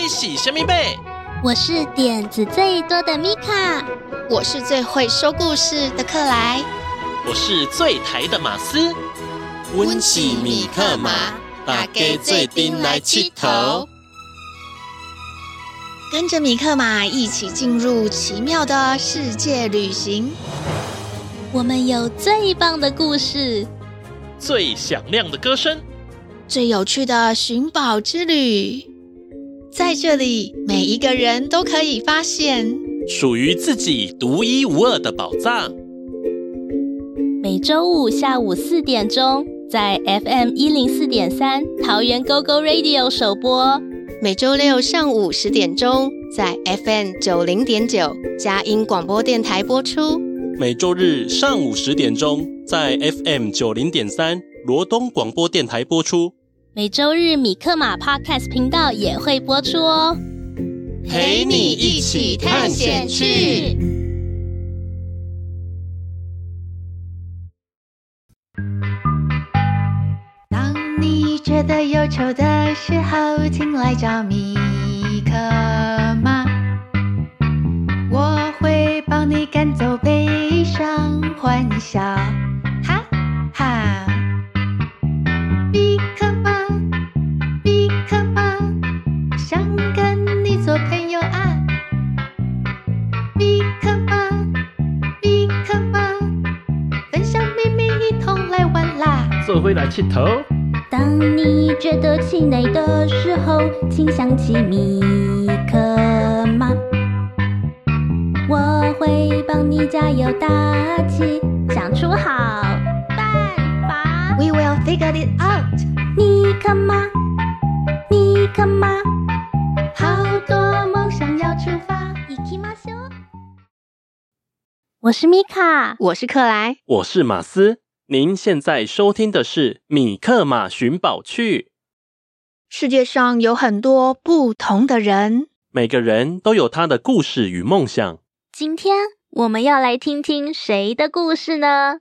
你是什么贝？ 我是点子最多的米卡， 我是最会说故事的克莱， 我是最台的马斯。 阮是米克马，大家做阵来佚佗。 跟着米克马一起进入奇妙的世界旅行。 我们有最棒的故事， 最响亮的歌声， 最有趣的寻宝之旅。在这里，每一个人都可以发现属于自己独一无二的宝藏。 每周五下午4点钟，在 FM104.3 桃园 GoGo Radio 首播； 每周六上午10点钟，在 FM90.9 佳音广播电台播出； 每周日上午10点钟，在 FM90.3 罗东广播电台播出。 每周日米克马 Podcast 频道也会播出哦， 陪你一起探险去。 当你觉得忧愁的时候，请来找米克马，我会帮你赶走悲伤，欢笑，哈哈。米克马，米克马，想跟你做朋友啊！米克马，米克马，分享秘密，一同来玩啦！ 做伙来佚佗。 当你觉得气馁的时候，请想起米克马，我会帮你加油打气，想出好办法。 We will figure it out。 米克马，米克马， 好多梦想要出发。 行きましょう。我是米卡， 我是克莱， 我是马斯。您现在收听的是米克马寻宝趣。 世界上有很多不同的人， 每个人都有他的故事与梦想。 今天我们要来听听谁的故事呢？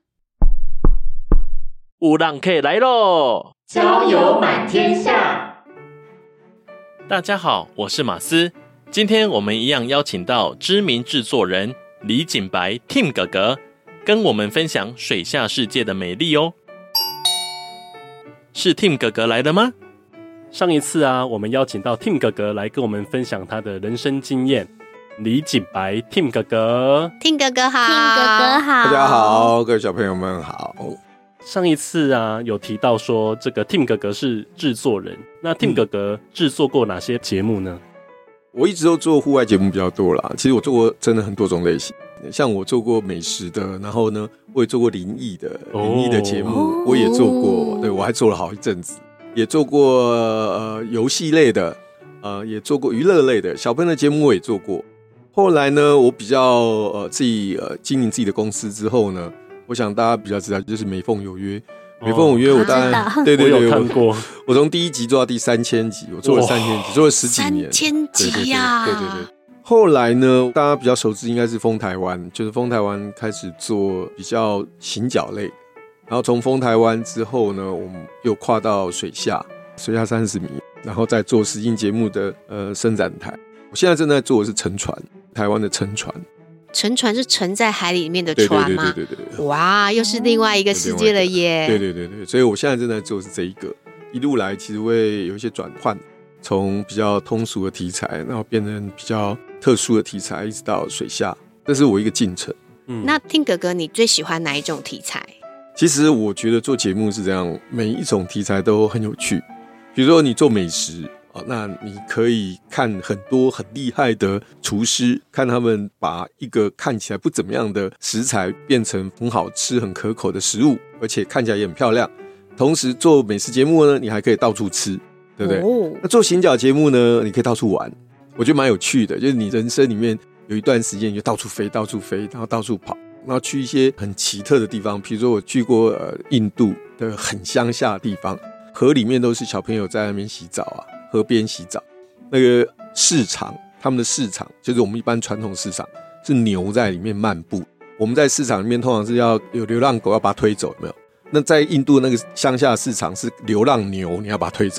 有人客来咯， 交友满天下。 大家好，我是马斯。今天我们一样邀请到知名制作人李景白 Tim 哥哥，跟我们分享水下世界的美丽哦。是 Tim 哥哥来的吗？上一次啊，我们邀请到 Tim 哥哥来跟我们分享他的人生经验。李景白 Tim 哥哥， Tim 哥哥好 Tim 哥哥好， 大家好，各位小朋友们好。 上一次啊，有提到说这个 Tim 哥哥是制作人，那 Tim 哥哥制作过哪些节目呢？ 我一直都做户外节目比较多啦，其实我做过真的很多种类型，像我做过美食的，然后呢，我也做过灵异的节目，我也做过，对，我还做了好一阵子，也做过游戏类的，也做过娱乐类的，小朋友的节目我也做过。后来呢，我比较自己经营自己的公司之后呢，我想大家比较知道，就是美凤有约。美凤有约，我当然对， 我有看过。 我从第1集做到第3000集，我做了3000集，做了10几年。 3000集呀！ 对。后来呢，大家比较熟知应该是风台湾，就是风台湾开始做比较行脚类，然后从风台湾之后呢，我们又跨到水下30米，然后再做实境节目的伸展台。我现在正在做的是沉船，台湾的沉船。 沉船是沉在海里面的船吗？ 对。 哇，又是另外一个世界了耶！ 对，所以我现在正在做的是这一个。一路来其实会有一些转换，从比较通俗的题材，然后变成比较特殊的题材，一直到水下，这是我一个进程。 那Tim哥哥，你最喜欢哪一种题材？ 其实我觉得做节目是这样，每一种题材都很有趣。比如说你做美食，那你可以看很多很厉害的厨师，看他们把一个看起来不怎么样的食材变成很好吃很可口的食物，而且看起来也很漂亮。同时做美食节目呢，你还可以到处吃，对不对？那做行脚节目呢，你可以到处玩，我觉得蛮有趣的，就是你人生里面有一段时间你就到处飞，然后到处跑，然后去一些很奇特的地方。比如说我去过印度的很乡下的地方，河里面都是小朋友在那边洗澡啊，河边洗澡。那个市场，他们的市场就是我们一般传统市场，是牛在里面漫步。我们在市场里面通常是要有流浪狗要把它推走，有没有？那在印度那个乡下市场是流浪牛，你要把它推走。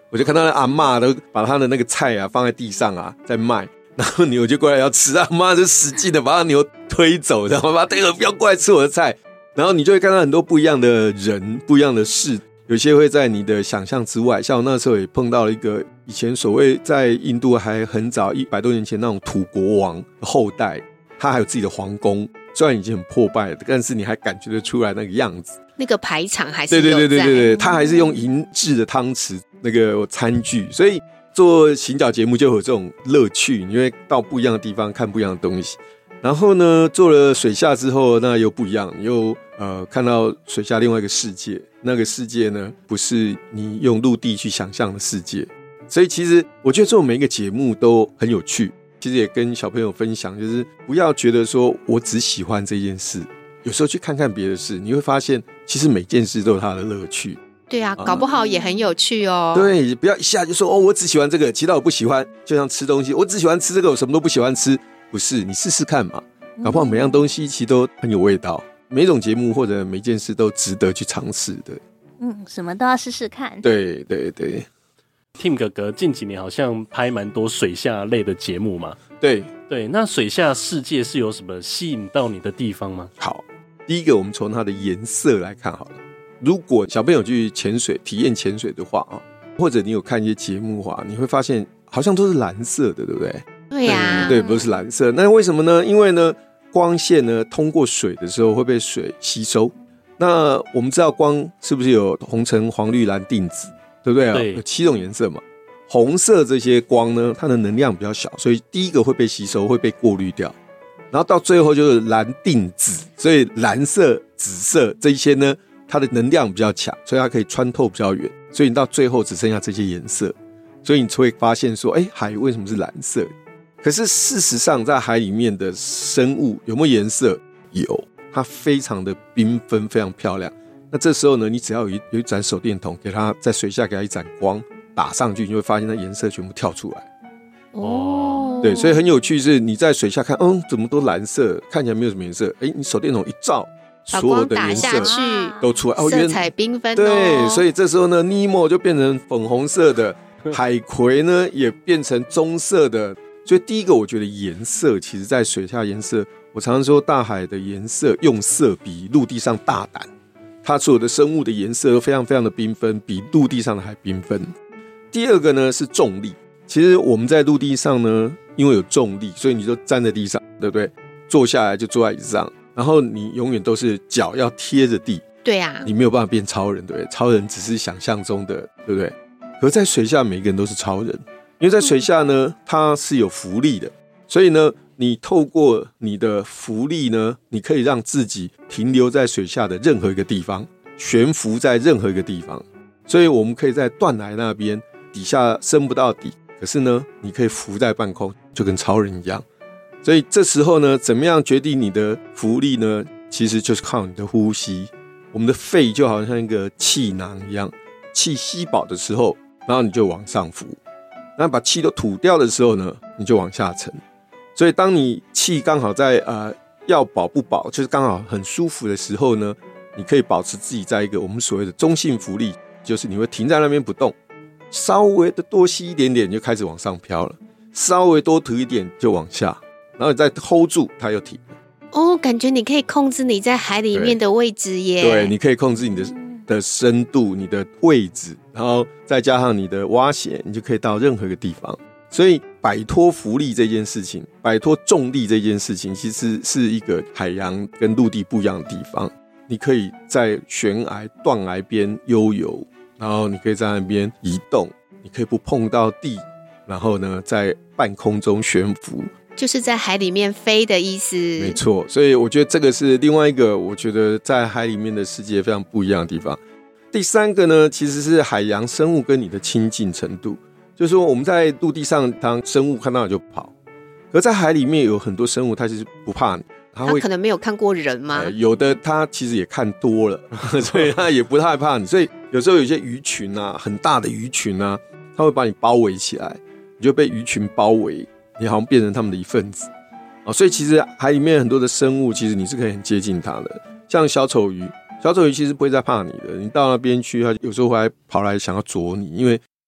我就看到那阿嬷都把她的那个菜啊放在地上啊在卖，然后牛就过来要吃，阿嬷就使劲的把那牛推走，然后把这个不要过来吃我的菜。然后你就会看到很多不一样的人，不一样的事，有些会在你的想象之外。像我那时候也碰到了一个以前所谓在印度还很早100多年前那种土国王的后代，他还有自己的皇宫，虽然已经很破败了，但是你还感觉得出来那个样子， 那个排场还是有在。 对，他还是用银质的汤匙那个餐具，所以做行脚节目就有这种乐趣，你会到不一样的地方看不一样的东西。然后呢，做了水下之后，那又不一样，你又看到水下另外一个世界。那个世界呢，不是你用陆地去想象的世界。所以其实我觉得做每一个节目都很有趣。其实也跟小朋友分享，就是不要觉得说我只喜欢这件事，有时候去看看别的事，你会发现其实每件事都有它的乐趣。 对啊，搞不好也很有趣哦。 对，不要一下就说哦，我只喜欢这个，其他我不喜欢。就像吃东西，我只喜欢吃这个，我什么都不喜欢吃。不是，你试试看嘛，搞不好每样东西其实都很有味道。每种节目或者每件事都值得去尝试的。 什么都要试试看。 对。 Tim 哥哥近几年好像拍蛮多水下类的节目嘛。 对， 那水下世界是有什么吸引到你的地方吗？ 好，第一个我们从它的颜色来看好了。如果小朋友去潜水体验潜水的话，或者你有看一些节目的话，你会发现好像都是蓝色的，对不对？ 对啊， 对，不是蓝色。那为什么呢？因为呢，光线呢通过水的时候会被水吸收。那我们知道光是不是有红橙黄绿蓝靛紫，对不对？ 对， 有7种颜色嘛。红色这些光呢，它的能量比较小，所以第一个会被吸收，会被过滤掉。然后到最后就是蓝靛紫，所以蓝色、紫色这些呢，它的能量比较强，所以它可以穿透比较远。所以你到最后只剩下这些颜色，所以你会发现说，海为什么是蓝色？可是事实上，在海里面的生物有没有颜色？有，它非常的缤纷，非常漂亮。那这时候呢，你只要有一盏手电筒，给它在水下给它一盏光打上去，你就会发现它颜色全部跳出来。对，所以很有趣是你在水下看，怎么都蓝色，看起来没有什么颜色。你手电筒一照，所有的颜色都出来， 色彩缤纷。 对，所以这时候呢，尼莫就变成粉红色的，海葵呢也变成棕色的。所以第一个，我觉得颜色，其实在水下颜色，我常常说大海的颜色用色比陆地上大胆，它所有的生物的颜色都非常非常的缤纷，比陆地上的还缤纷。第二个呢是重力，其实我们在陆地上呢，因为有重力，所以你就站在地上，对不对？坐下来就坐在椅子上，然后你永远都是脚要贴着地。 对啊， 你没有办法变超人，对不对？超人只是想象中的，对不对？可是在水下每个人都是超人，因为在水下呢，它是有浮力的，所以呢，你透过你的浮力呢，你可以让自己停留在水下的任何一个地方，悬浮在任何一个地方。所以我们可以在断崖那边底下深不到底，可是呢，你可以浮在半空，就跟超人一样。所以这时候呢，怎么样决定你的浮力呢？其实就是靠你的呼吸。我们的肺就好像一个气囊一样，气吸饱的时候，然后你就往上浮；那把气都吐掉的时候呢，你就往下沉。所以当你气刚好在要饱不饱，就是刚好很舒服的时候呢，你可以保持自己在一个我们所谓的中性浮力，就是你会停在那边不动，稍微的多吸一点点就开始往上飘了，稍微多吐一点就往下，然后你再 hold 住它又停了。 感觉你可以控制你在海里面的位置耶。 对，你可以控制你的深度、你的位置，然后再加上你的蛙鞋，你就可以到任何一个地方。所以摆脱浮力这件事情，摆脱重力这件事情，其实是一个海洋跟陆地不一样的地方。你可以在悬崖、断崖边悠游，然后你可以在那边移动，你可以不碰到地，然后呢，在半空中悬浮。 就是在海里面飞的意思。 没错，所以我觉得这个是另外一个我觉得在海里面的世界非常不一样的地方。第三个呢，其实是海洋生物跟你的亲近程度。就是说我们在陆地上当生物看到你就跑，可在海里面有很多生物它其实不怕你， 他可能没有看过人吗？ 有的他其实也看多了所以他也不太怕你。所以有时候有些鱼群啊，很大的鱼群啊，他会把你包围起来，你就被鱼群包围，你好像变成他们的一份子。所以其实海里面很多的生物其实你是可以很接近它的。像小丑鱼其实不会再怕你的，你到那边去它有时候会跑来想要啄你，因为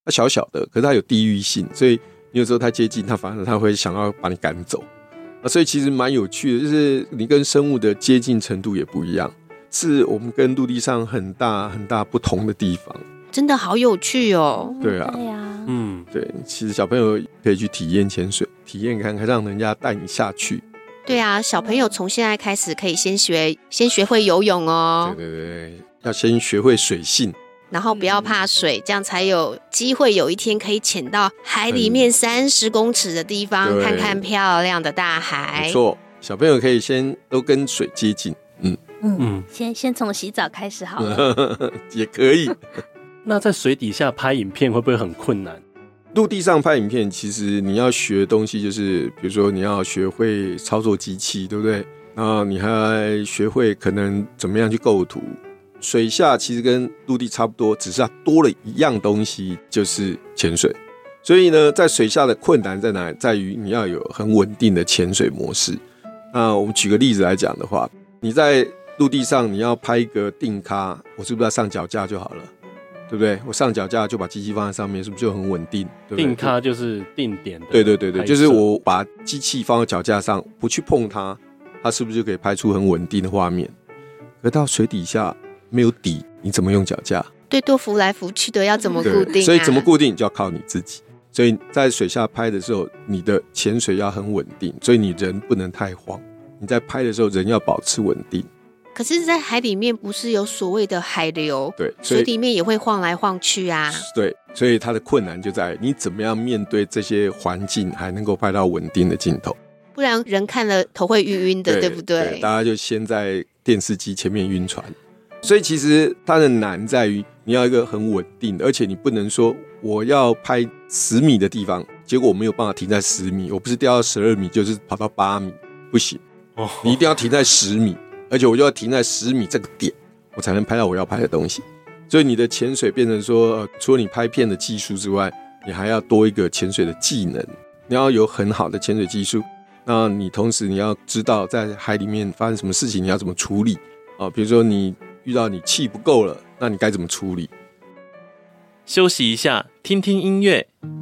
它小小的，可是它有地域性，所以你有时候太接近它，反而它会想要把你赶走。所以其实蛮有趣的，就是你跟生物的接近程度也不一样，是我们跟陆地上很大很大不同的地方。 真的好有趣哦。 对啊， 对啊， 对，其实小朋友可以去体验潜水，体验看看，让人家带你下去。 对啊，小朋友从现在开始可以先学会游泳哦。 对对对，要先学会水性， 然后不要怕水，这样才有机会有一天可以潜到海里面30公尺的地方，看看漂亮的大海。 没错，小朋友可以先都跟水接近。 先从洗澡开始好了。 也可以。 那在水底下拍影片会不会很困难？ 陆地上拍影片，其实你要学的东西就是，比如说你要学会操作机器，对不对？然后你还学会可能怎么样去构图。水下其实跟陆地差不多，只是它多了一样东西，就是潜水。所以呢，在水下的困难在哪里？在于你要有很稳定的潜水模式。那我们举个例子来讲的话，你在陆地上你要拍一个定咖，我是不是要上脚架就好了？对不对？我上脚架就把机器放在上面，是不是就很稳定？对不对？ 定咖就是定点的。 对对对对，就是我把机器放到脚架上，不去碰它，它是不是就可以拍出很稳定的画面？可到水底下没有底，你怎么用脚架？ 对，都浮来浮去的，要怎么固定啊？ 所以怎么固定就要靠你自己。所以在水下拍的时候，你的潜水要很稳定，所以你人不能太慌。你在拍的时候，人要保持稳定。 可是，在海里面不是有所谓的海流？ 对， 水里面也会晃来晃去啊。 对，所以它的困难就在你怎么样面对这些环境，还能够拍到稳定的镜头。 不然人看了头会晕晕的， 对不对？ 对，大家就先在电视机前面晕船。所以其实它的难在于你要一个很稳定的，而且你不能说我要拍10米的地方，结果我没有办法停在10米，我不是掉到12米就是跑到8米，不行，你一定要停在10米，而且我就要停在10米这个点，我才能拍到我要拍的东西。所以你的潜水变成说，除了你拍片的技术之外，你还要多一个潜水的技能，你要有很好的潜水技术。那你同时你要知道在海里面发生什么事情，你要怎么处理啊？比如说你遇到你气不够了，那你该怎么处理？ 休息一下，听听音乐。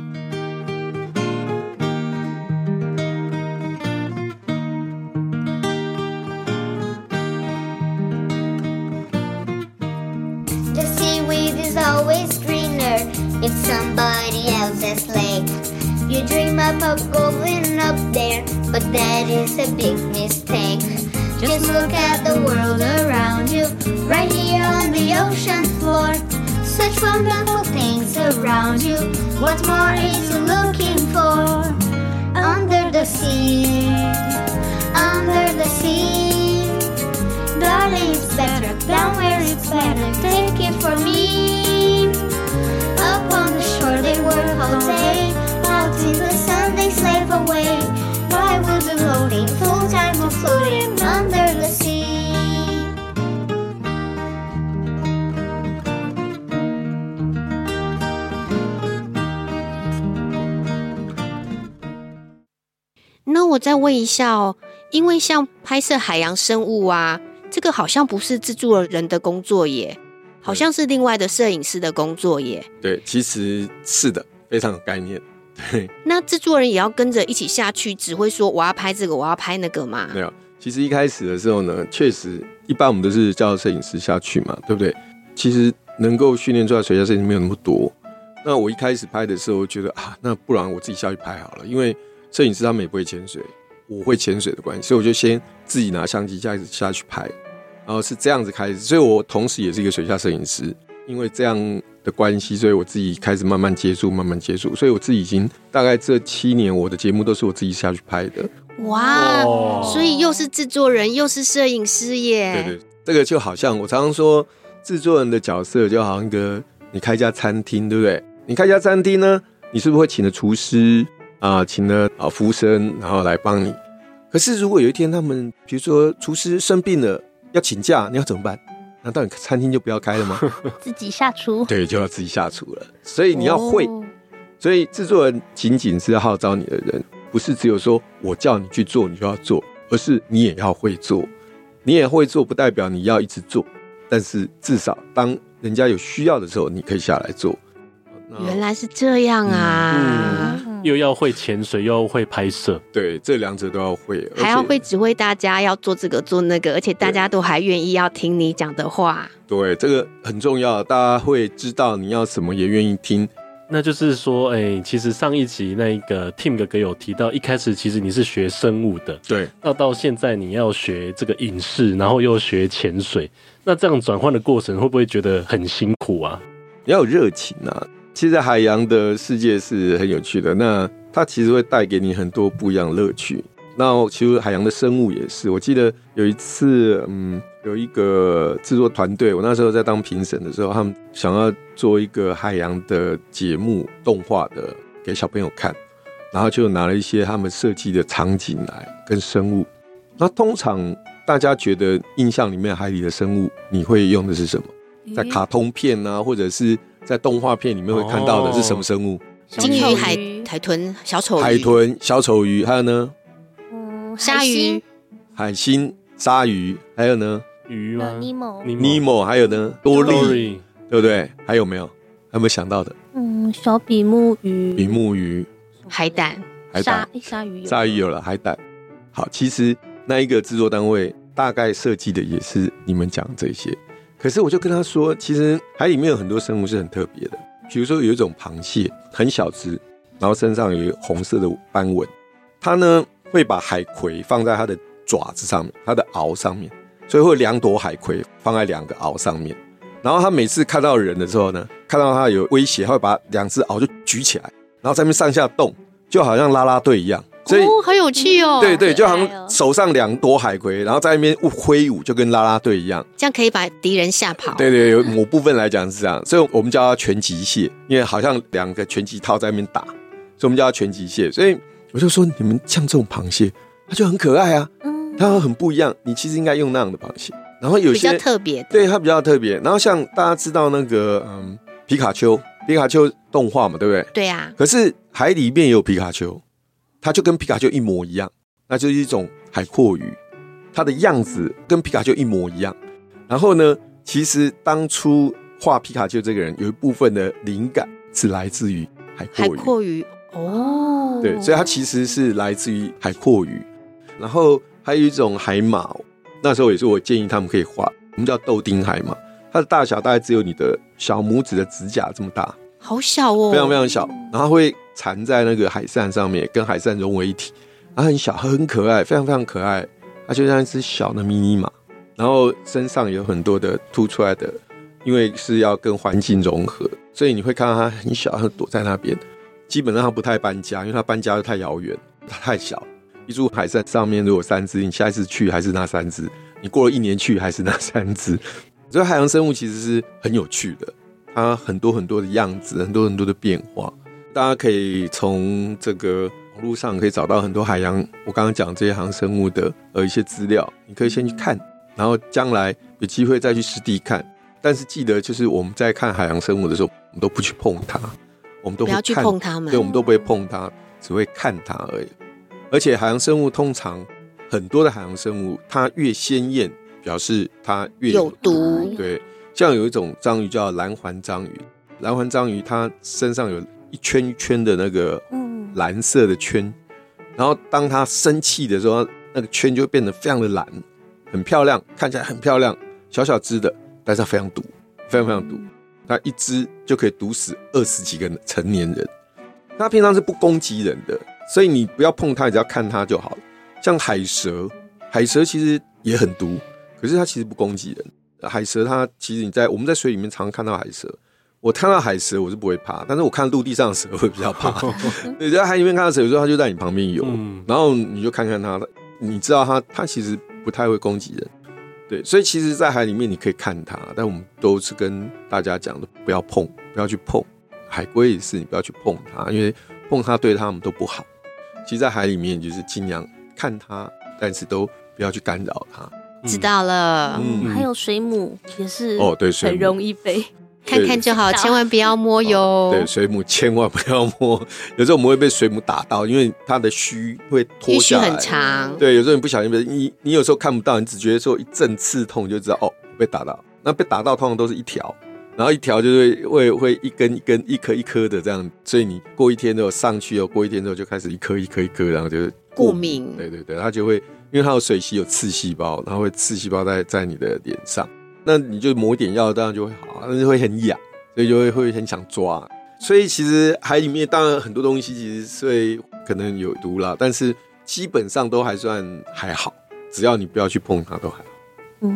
The seaweed is always greener in somebody else's lake. You dream about going up there, but that is a big mistake. Just look at the world around you, right here on the ocean floor. Such wonderful things around you. What more is you looking for? Under the sea, under the sea. Darling, it's better down where it's better. Take it from me. Up on the shore they work all day. Out in the sun they slave away. Why will be floating full time or floating under the sea? 那我再问一下哦，因为像拍摄海洋生物啊，这个好像不是制作人的工作耶，好像是另外的摄影师的工作耶。 对，其实是的，非常有概念。对， 那制作人也要跟着一起下去指挥说我要拍这个，我要拍那个嘛？ 没有，其实一开始的时候呢，确实一般我们都是叫摄影师下去嘛，对不对？其实能够训练出来水下摄影师没有那么多。那我一开始拍的时候，觉得那不然我自己下去拍好了，因为摄影师他们也不会潜水，我会潜水的关系，所以我就先自己拿相机下去拍，然后是这样子开始。所以我同时也是一个水下摄影师，因为这样的关系，所以我自己开始慢慢接触，所以我自己已经大概这7年，我的节目都是我自己下去拍的。 哇，所以又是制作人又是摄影师耶。 对对，这个就好像我常常说，制作人的角色就好像一个你开一家餐厅，对不对？你开一家餐厅呢，你是不是会请了厨师请了服务生，然后来帮你？可是如果有一天他们比如说厨师生病了要请假，你要怎么办？难道你餐厅就不要开了吗？ 自己下厨。 对，就要自己下厨了。所以你要会，所以制作人仅仅是号召你的人，不是只有说我叫你去做你就要做，而是你也要会做。你也会做不代表你要一直做，但是至少当人家有需要的时候，你可以下来做。 原来是这样啊！ 又要会潜水，又要会拍摄， 对，这两者都要会， 还要会指挥大家要做这个做那个，而且大家都还愿意要听你讲的话。 对，这个很重要，大家会知道你要什么，也愿意听。 那就是说，其实上一集那个 Tim 哥哥有提到，一开始其实你是学生物的， 对， 到现在你要学这个影视，然后又学潜水，那这样转换的过程会不会觉得很辛苦啊？ 你要有热情啊！其实海洋的世界是很有趣的，那它其实会带给你很多不一样的乐趣。那其实海洋的生物也是，我记得有一次，有一个制作团队，我那时候在当评审的时候，他们想要做一个海洋的节目动画的给小朋友看，然后就拿了一些他们设计的场景来跟生物。那通常大家觉得印象里面海里的生物，你会用的是什么？在卡通片啊，或者是在动画片里面会看到的是什么生物？ 金鱼、海豚、小丑鱼、 海豚、小丑鱼，还有呢？ 鲨鱼、 海星、鲨鱼，还有呢？ 鱼吗 ？Nemo， 还有呢？多利，对不对？还有没有？还有没有想到的？ 小比目鱼、 比目鱼、 海胆、 鲨鱼有了，海胆。好，其实那一个制作单位大概设计的也是你们讲这些。可是我就跟他说，其实海里面有很多生物是很特别的，比如说有一种螃蟹很小只，然后身上有红色的斑纹，它呢会把海葵放在它的爪子上面，它的螯上面，所以会有2朵海葵放在2个螯上面。然后他每次看到人的时候呢，看到他有威胁，他会把2只螯就举起来，然后在那边上下动，就好像啦啦队一样。所以好有趣哦！ 对对，就好像手上2朵海葵，然后在那边挥舞，就跟啦啦队一样， 这样可以把敌人吓跑。 对对，有某部分来讲是这样，所以我们叫它拳击蟹，因为好像2个拳击套在那边打，所以我们叫它拳击蟹。所以我就说，你们像这种螃蟹，它就很可爱啊，它很不一样，你其实应该用那样的螃蟹。然后有些比较特别， 对，它比较特别。然后像大家知道那个皮卡丘动画嘛，对不对？ 对啊。 可是海里面也有皮卡丘。它就跟皮卡丘一模一样，那就是一种海蛞蝓，它的样子跟皮卡丘一模一样。然后呢，其实当初画皮卡丘这个人有一部分的灵感是来自于海蛞蝓哦， 对，所以它其实是来自于海蛞蝓。然后还有一种海马，那时候也是我建议他们可以画，我们叫豆丁海马，它的大小大概只有你的小拇指的指甲这么大， 好小哦， 非常非常小，然后它会缠在那个海扇上面，跟海扇融为一体，它很小，很可爱，非常非常可爱，它就像一只小的迷你马，然后身上有很多的凸出来的，因为是要跟环境融合，所以你会看到它很小，它躲在那边，基本上它不太搬家，因为它搬家又太遥远，它太小，一株海扇上面如果3只，你下一次去还是那3只，你过了1年去还是那3只，所以海洋生物其实是很有趣的，它很多很多的样子，很多很多的变化。大家可以从这个网络上可以找到很多海洋，我刚刚讲这些海洋生物的一些资料，你可以先去看，然后将来有机会再去实地看。但是记得，就是我们在看海洋生物的时候，我们都不去碰它，我们都不要去碰它们， 对，我们都不会碰它，只会看它而已。而且海洋生物通常很多的海洋生物，它越鲜艳，表示它越有毒。 对，像有一种章鱼叫蓝环章鱼，蓝环章鱼它身上有一圈一圈的那个蓝色的圈，然后当它生气的时候，那个圈就会变得非常的蓝，很漂亮，看起来很漂亮，小小只的，但是它非常毒，非常非常毒，它一只就可以毒死20几个成年人。它平常是不攻击人的，所以你不要碰它，只要看它就好了。像海蛇，海蛇其实也很毒，可是它其实不攻击人。海蛇它其实我们在水里面常常看到海蛇。我看到海蛇我是不会怕，但是我看陆地上的蛇会比较怕。对，在海里面看到蛇，有时候它就在你旁边游，然后你就看看它，你知道它其实不太会攻击人。对，所以其实，在海里面你可以看它，但我们都是跟大家讲的，不要碰，不要去碰。海龟也是，你不要去碰它，因为碰它对它们都不好。其实，在海里面就是尽量看它，但是都不要去干扰它。 知道了。 还有水母也是对，水母很容易被。 看看就好，千万不要摸哟。 对，水母千万不要摸。有时候我们会被水母打到，因为它的须会脱下来， 须很长。 对，有时候你不小心被你有时候看不到，你只觉得说一阵刺痛，就知道被打到。那被打到通常都是一条， 然后一条就会一根一根、一颗一颗的这样，所以你过一天之后上去哦，过一天之后就开始一颗一颗一颗，然后就过敏。 对对对，它就会因为它有水螅有刺细胞，然后会刺细胞在你的脸上，那你就抹一点药，当然就会好，但是会很痒，所以就会很想抓。所以其实海里面当然很多东西其实是可能有毒啦，但是基本上都还算还好，只要你不要去碰它都还好。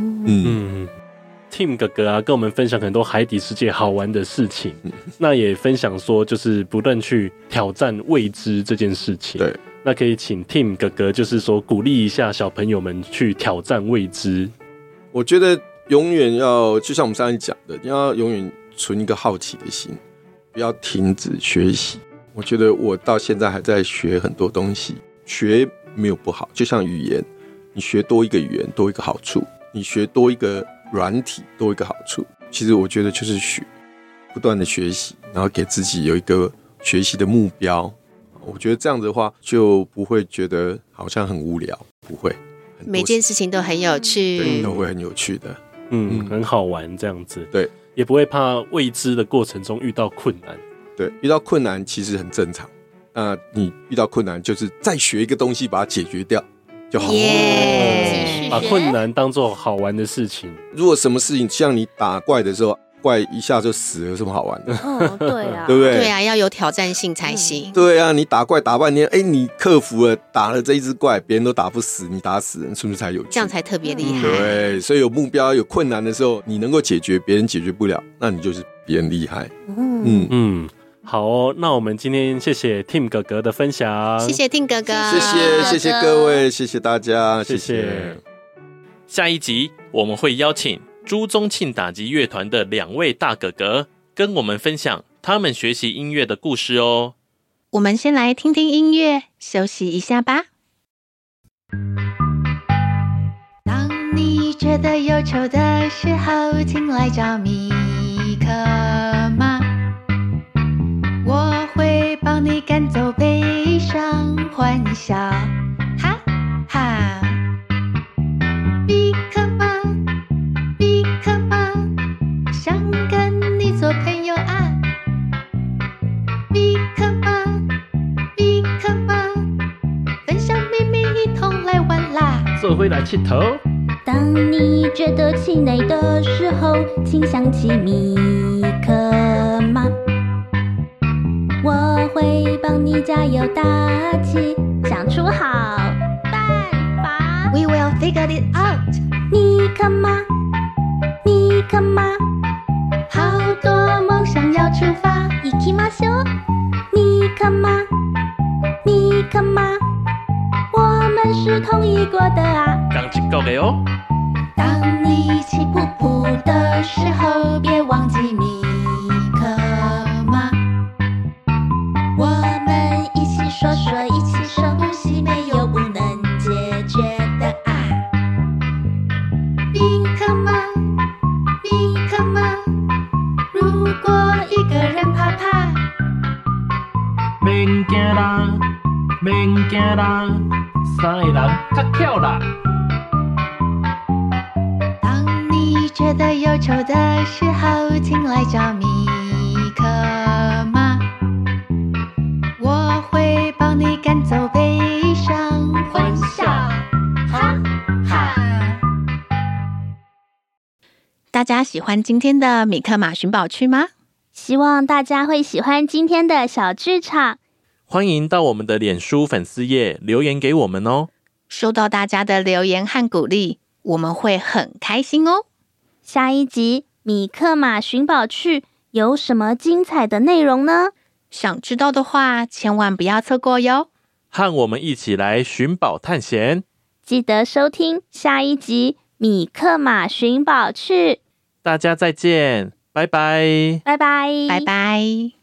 Tim 哥哥啊，跟我们分享很多海底世界好玩的事情，那也分享说就是不断去挑战未知这件事情。 对， 那可以请 Tim 哥哥就是说鼓励一下小朋友们去挑战未知。 我觉得永远要就像我们上次讲的，你要永远存一个好奇的心，不要停止学习。我觉得我到现在还在学很多东西，学没有不好，就像语言，你学多一个语言多一个好处，你学多一个软体多一个好处。其实我觉得就是不断的学习，然后给自己有一个学习的目标。我觉得这样子的话就不会觉得好像很无聊，不会， 每件事情都很有趣， 对，都会很有趣的， 很好玩这样子。 对， 也不会怕未知的过程中遇到困难。 对，遇到困难其实很正常。那你遇到困难，就是再学一个东西把它解决掉就好。 把困难当作好玩的事情。 如果什么事情像你打怪的时候，怪一下就死了，有什么好玩的？ 对啊， 对不对？ 对啊，要有挑战性才行。 对啊，你打怪打半天，你克服了，打了这一只怪，别人都打不死，你打死人，是不是才有趣？ 这样才特别厉害。 对，所以有目标、有困难的时候，你能够解决，别人解决不了，那你就是别人厉害。 好哦，那我们今天谢谢 Tim 哥哥的分享， 谢谢 Tim 哥哥， 谢谢各位，谢谢大家，谢谢。 下一集我们会邀请朱宗庆打击乐团的2位大哥哥，跟我们分享他们学习音乐的故事哦。 我们先来听听音乐，休息一下吧。当你觉得忧愁的时候，请来找米克马，我会帮你赶走悲伤，欢笑，哈哈。米克马，米克马，想跟你做朋友啊。米克马，米克马，分享秘密，一同来玩啦。 做回来佚佗。 当你觉得气馁的时候，请想起米克马，我会帮你加油打气，想出好办法。 We will figure it out。 米克马，米克马， 好多梦想要出发。 行きましょう。米克马，米克马，我们是同一国的啊。 讲一个的哦。 当你气噗噗的时候，别忘记米克马，我们一起说说，一起深呼吸，没有不能解决的啊。米克马，米克马，如果一个人怕怕， 免惊啦，免惊啦，3个人较巧啦。 当你觉得忧愁的时候，请来找米克马，我会帮你赶走悲伤，欢笑，哈哈。大家喜欢今天的米克马寻宝趣吗？ 希望大家会喜欢今天的小剧场。 欢迎到我们的脸书粉丝页留言给我们哦。 收到大家的留言和鼓励，我们会很开心哦。 下一集米克马寻宝趣有什么精彩的内容呢？ 想知道的话，千万不要错过哟。 和我们一起来寻宝探险， 记得收听下一集米克马寻宝趣。 大家再见，拜拜， 拜拜， 拜拜。